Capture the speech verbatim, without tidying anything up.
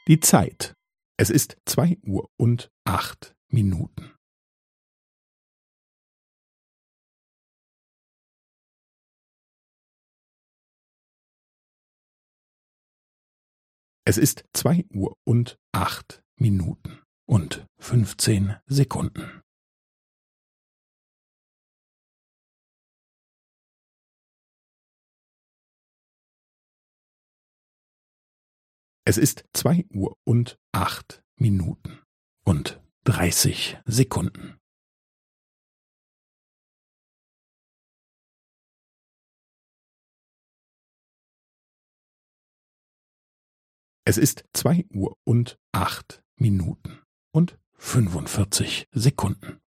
Die Zeit. Es ist zwei Uhr und acht Minuten. Es ist zwei Uhr und acht Minuten und fünfzehn Sekunden. Es ist zwei Uhr und acht Minuten und dreißig Sekunden. Es ist zwei Uhr und acht Minuten und fünfundvierzig Sekunden.